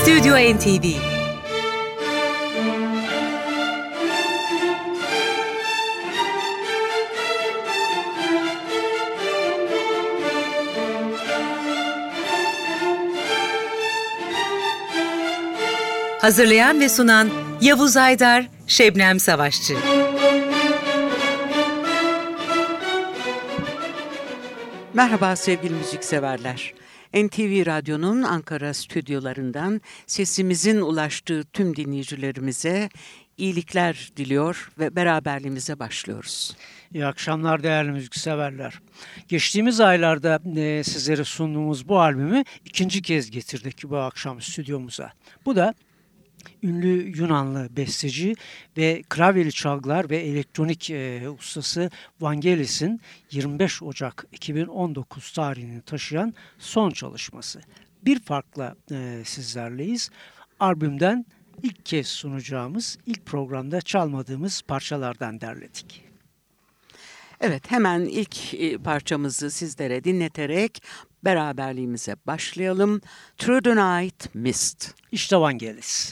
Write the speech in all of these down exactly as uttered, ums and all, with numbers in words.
Stüdyo N T V. Hazırlayan ve sunan Yavuz Aydar, Şebnem Savaşçı. Merhaba sevgili müzikseverler. N T V Radyo'nun Ankara stüdyolarından sesimizin ulaştığı tüm dinleyicilerimize iyilikler diliyor ve beraberliğimize başlıyoruz. İyi akşamlar değerli müzikseverler. Geçtiğimiz aylarda e, sizlere sunduğumuz bu albümü ikinci kez getirdik bu akşam stüdyomuza. Bu da ünlü Yunanlı besteci ve klavyeli çalgılar ve elektronik e, ustası Vangelis'in yirmi beş Ocak iki bin on dokuz tarihini taşıyan son çalışması. Bir farkla e, sizlerleyiz. Albümden ilk kez sunacağımız, ilk programda çalmadığımız parçalardan derledik. Evet, hemen ilk parçamızı sizlere dinleterek beraberliğimize başlayalım. Through the Night Mist. İşte Vangelis.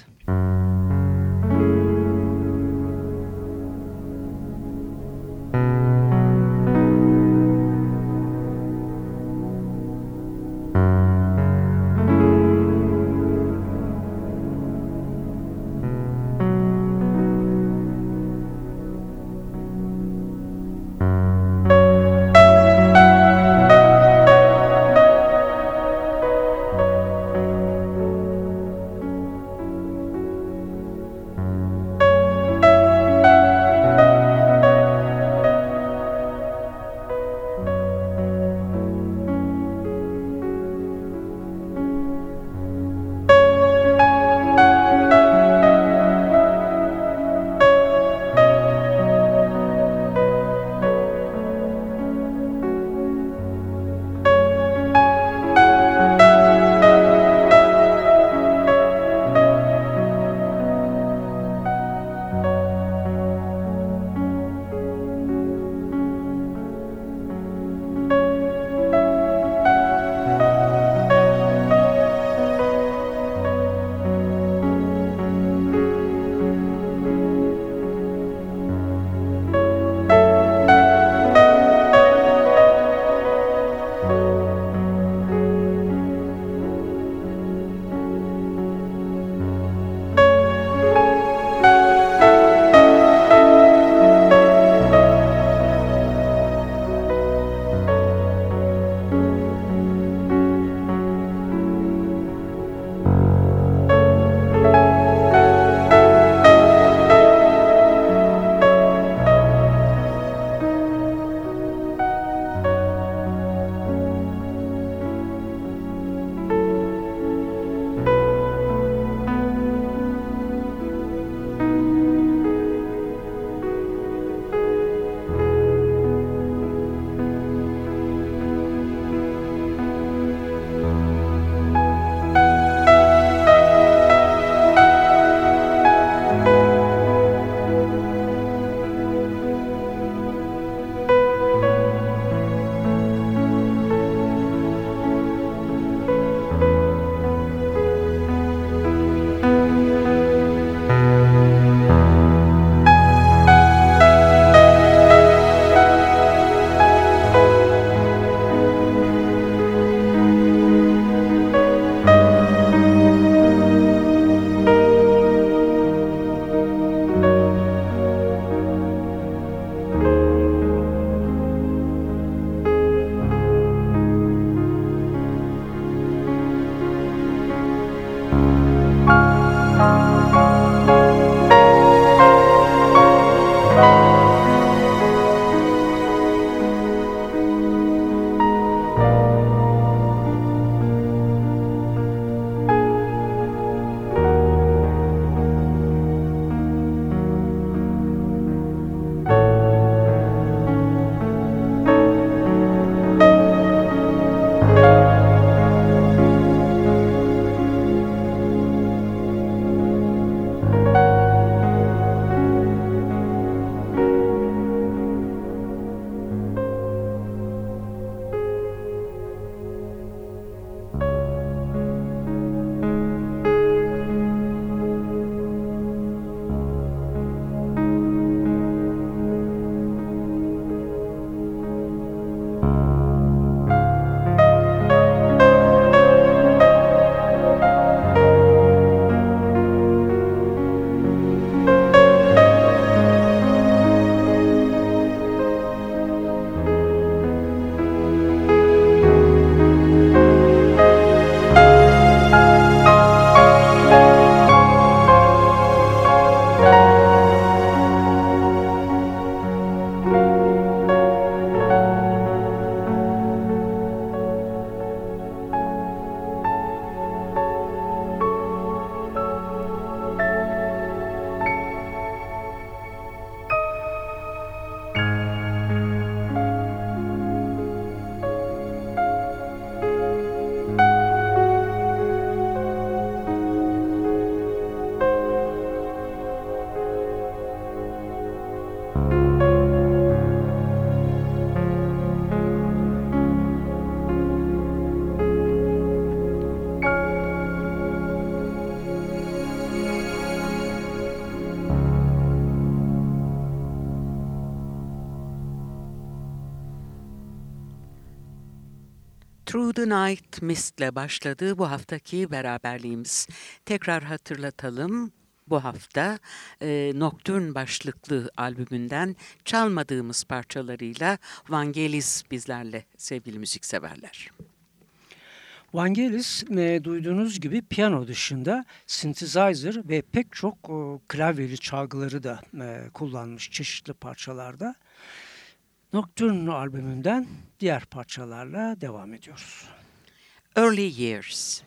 Through the Night Mist ile başladı bu haftaki beraberliğimiz. Tekrar hatırlatalım. Bu hafta e, Nocturne başlıklı albümünden çalmadığımız parçalarıyla Vangelis bizlerle sevgili müzikseverler. Vangelis e, duyduğunuz gibi piyano dışında synthesizer ve pek çok e, klavyeli çalgıları da e, kullanmış çeşitli parçalarda. Nocturne albümünden diğer parçalarla devam ediyoruz. Early Years.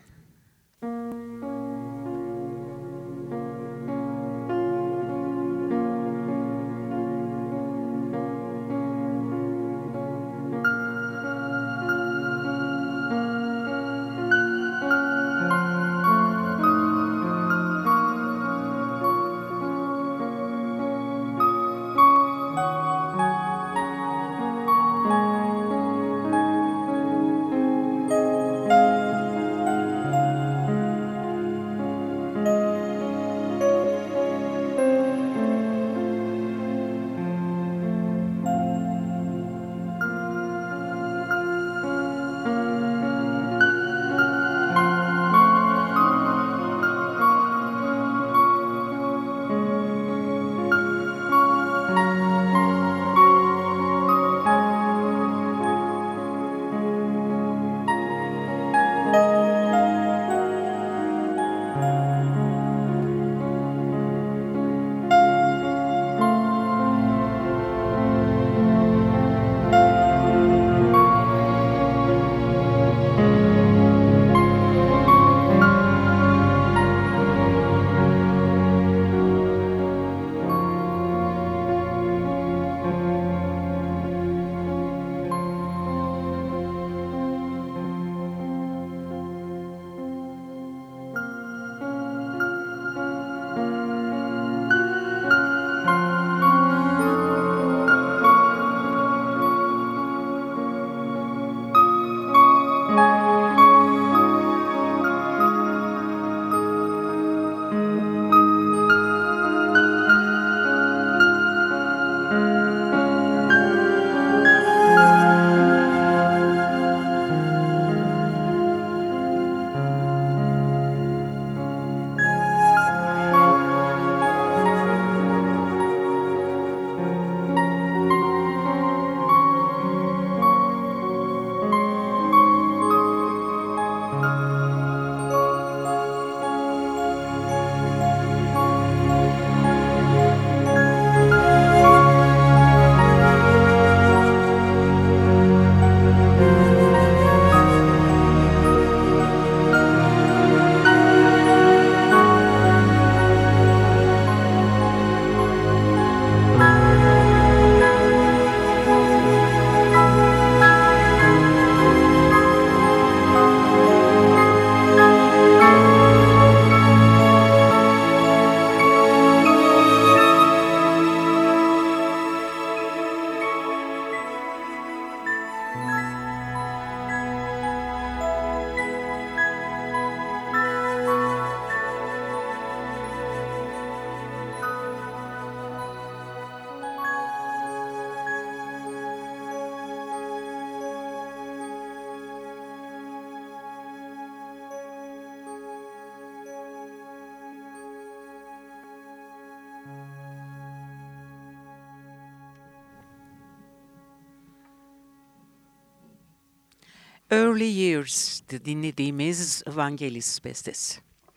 Early Years dinlediğimiz Vangelis bestesi.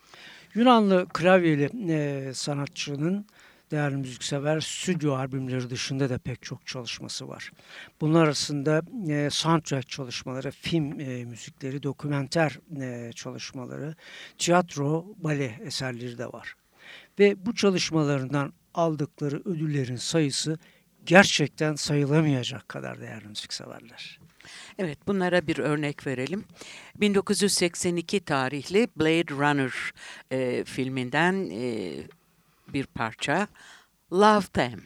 Yunanlı klavyeli e, sanatçının değerli müziksever stüdyo albümleri dışında da pek çok çalışması var. Bunlar arasında e, soundtrack çalışmaları, film e, müzikleri, dokümenter e, çalışmaları, tiyatro, bale eserleri de var. Ve bu çalışmalarından aldıkları ödüllerin sayısı gerçekten sayılamayacak kadar değerli müzikseverler. Evet, bunlara bir örnek verelim. bin dokuz yüz seksen iki tarihli Blade Runner e, filminden e, bir parça, Love Them.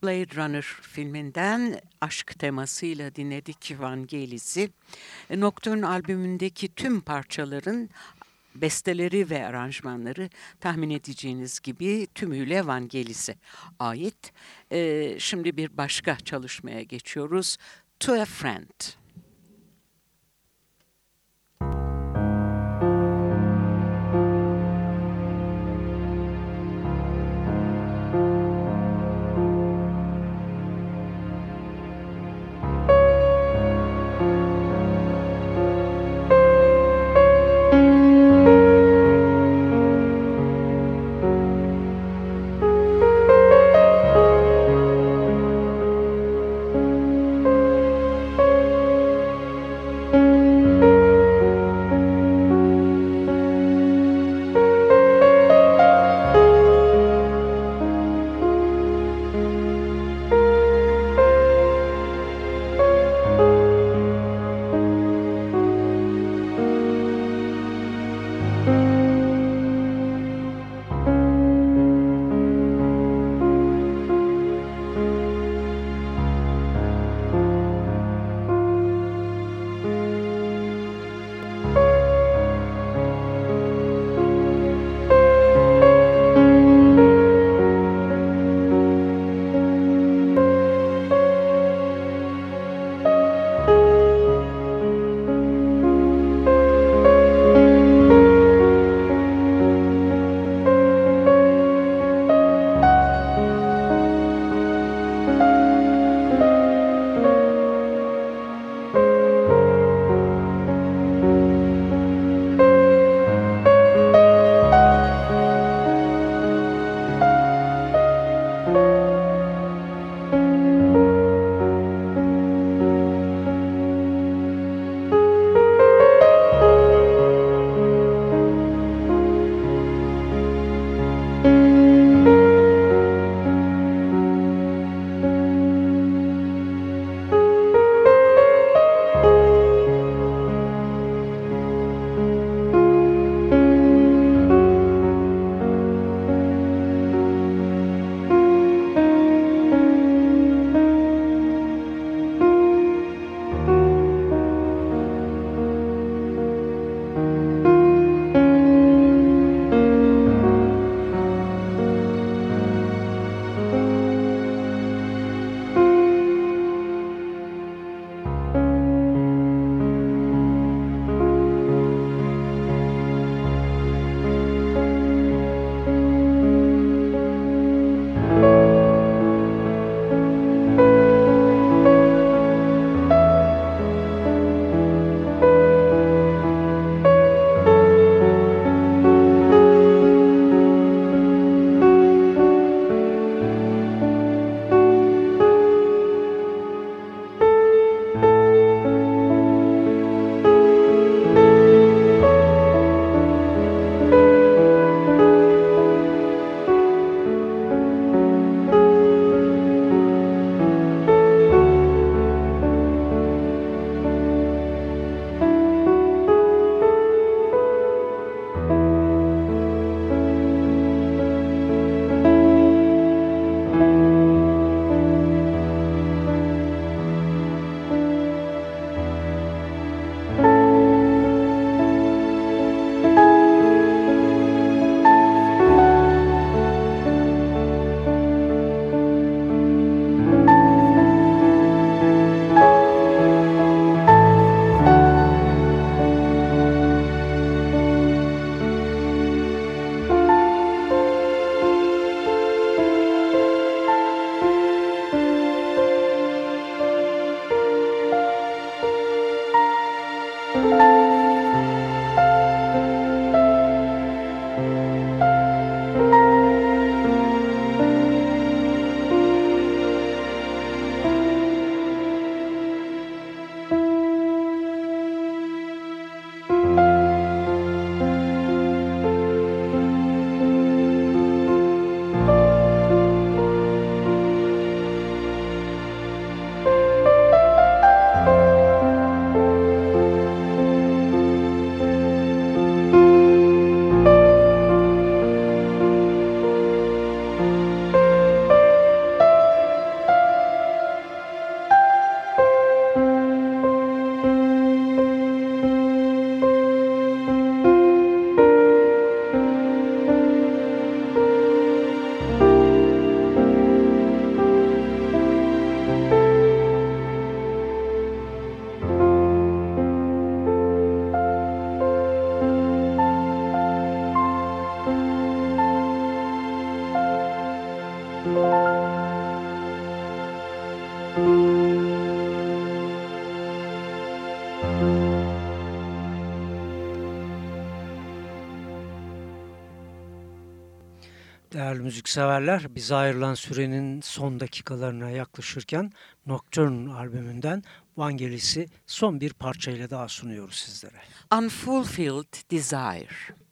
Blade Runner filminden aşk temasıyla dinledik Vangelis'i. E, Nocturne albümündeki tüm parçaların besteleri ve aranjmanları tahmin edeceğiniz gibi tümüyle Vangelis'e ait. E, şimdi bir başka çalışmaya geçiyoruz. To a Friend. Değerli müzikseverler, bize ayrılan sürenin son dakikalarına yaklaşırken Nocturne albümünden Vangelis'i son bir parçayla daha sunuyoruz sizlere. Unfulfilled Desire.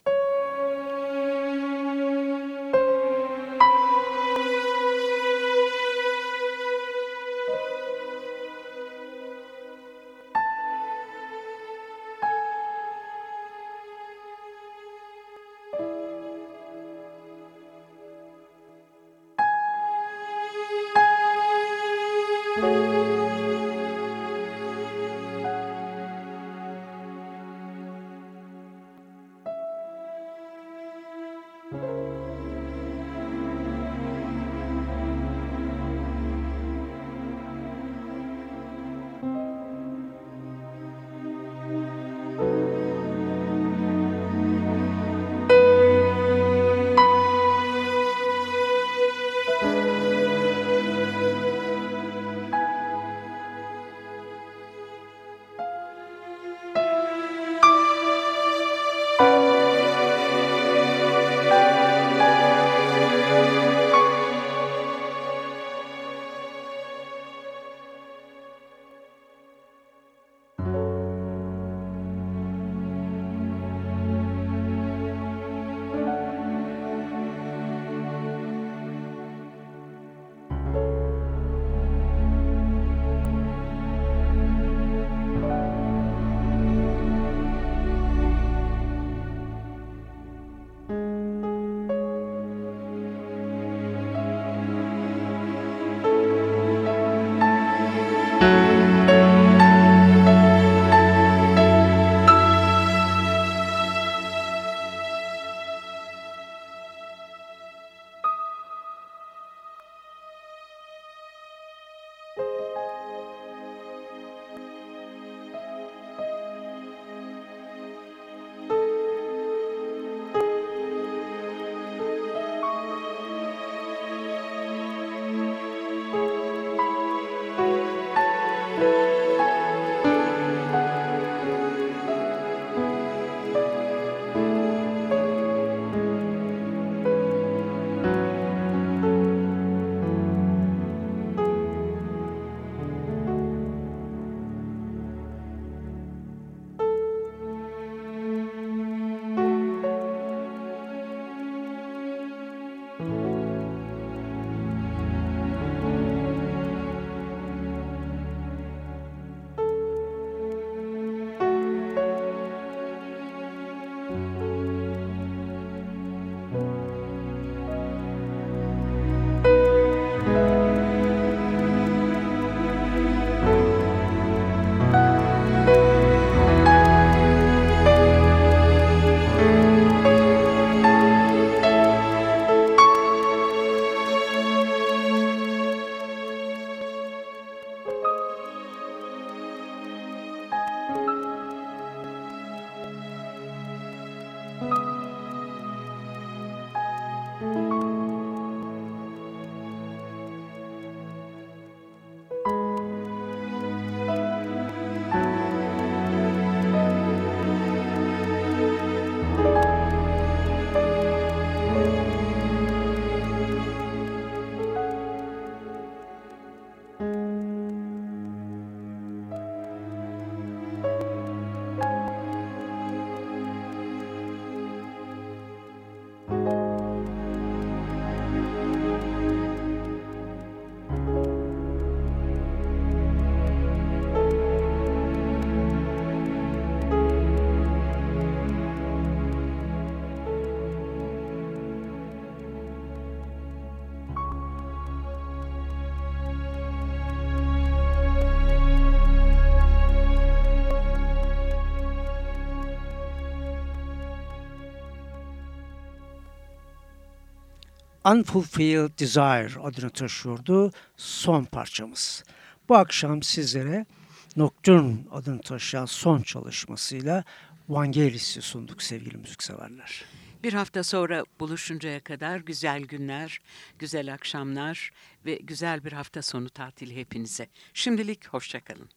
Unfulfilled Desire adını taşıyordu son parçamız. Bu akşam sizlere Nocturne adını taşıyan son çalışmasıyla Vangelis'i sunduk sevgili müzikseverler. Bir hafta sonra buluşuncaya kadar güzel günler, güzel akşamlar ve güzel bir hafta sonu tatili hepinize. Şimdilik hoşça kalın.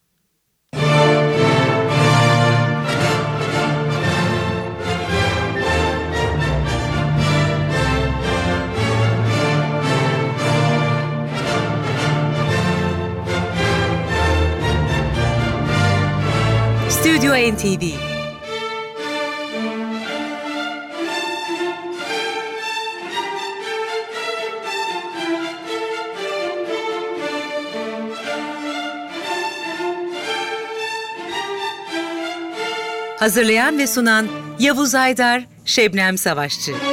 Stüdyo N T V. Hazırlayan ve sunan Yavuz Aydar, Şebnem Savaşçı.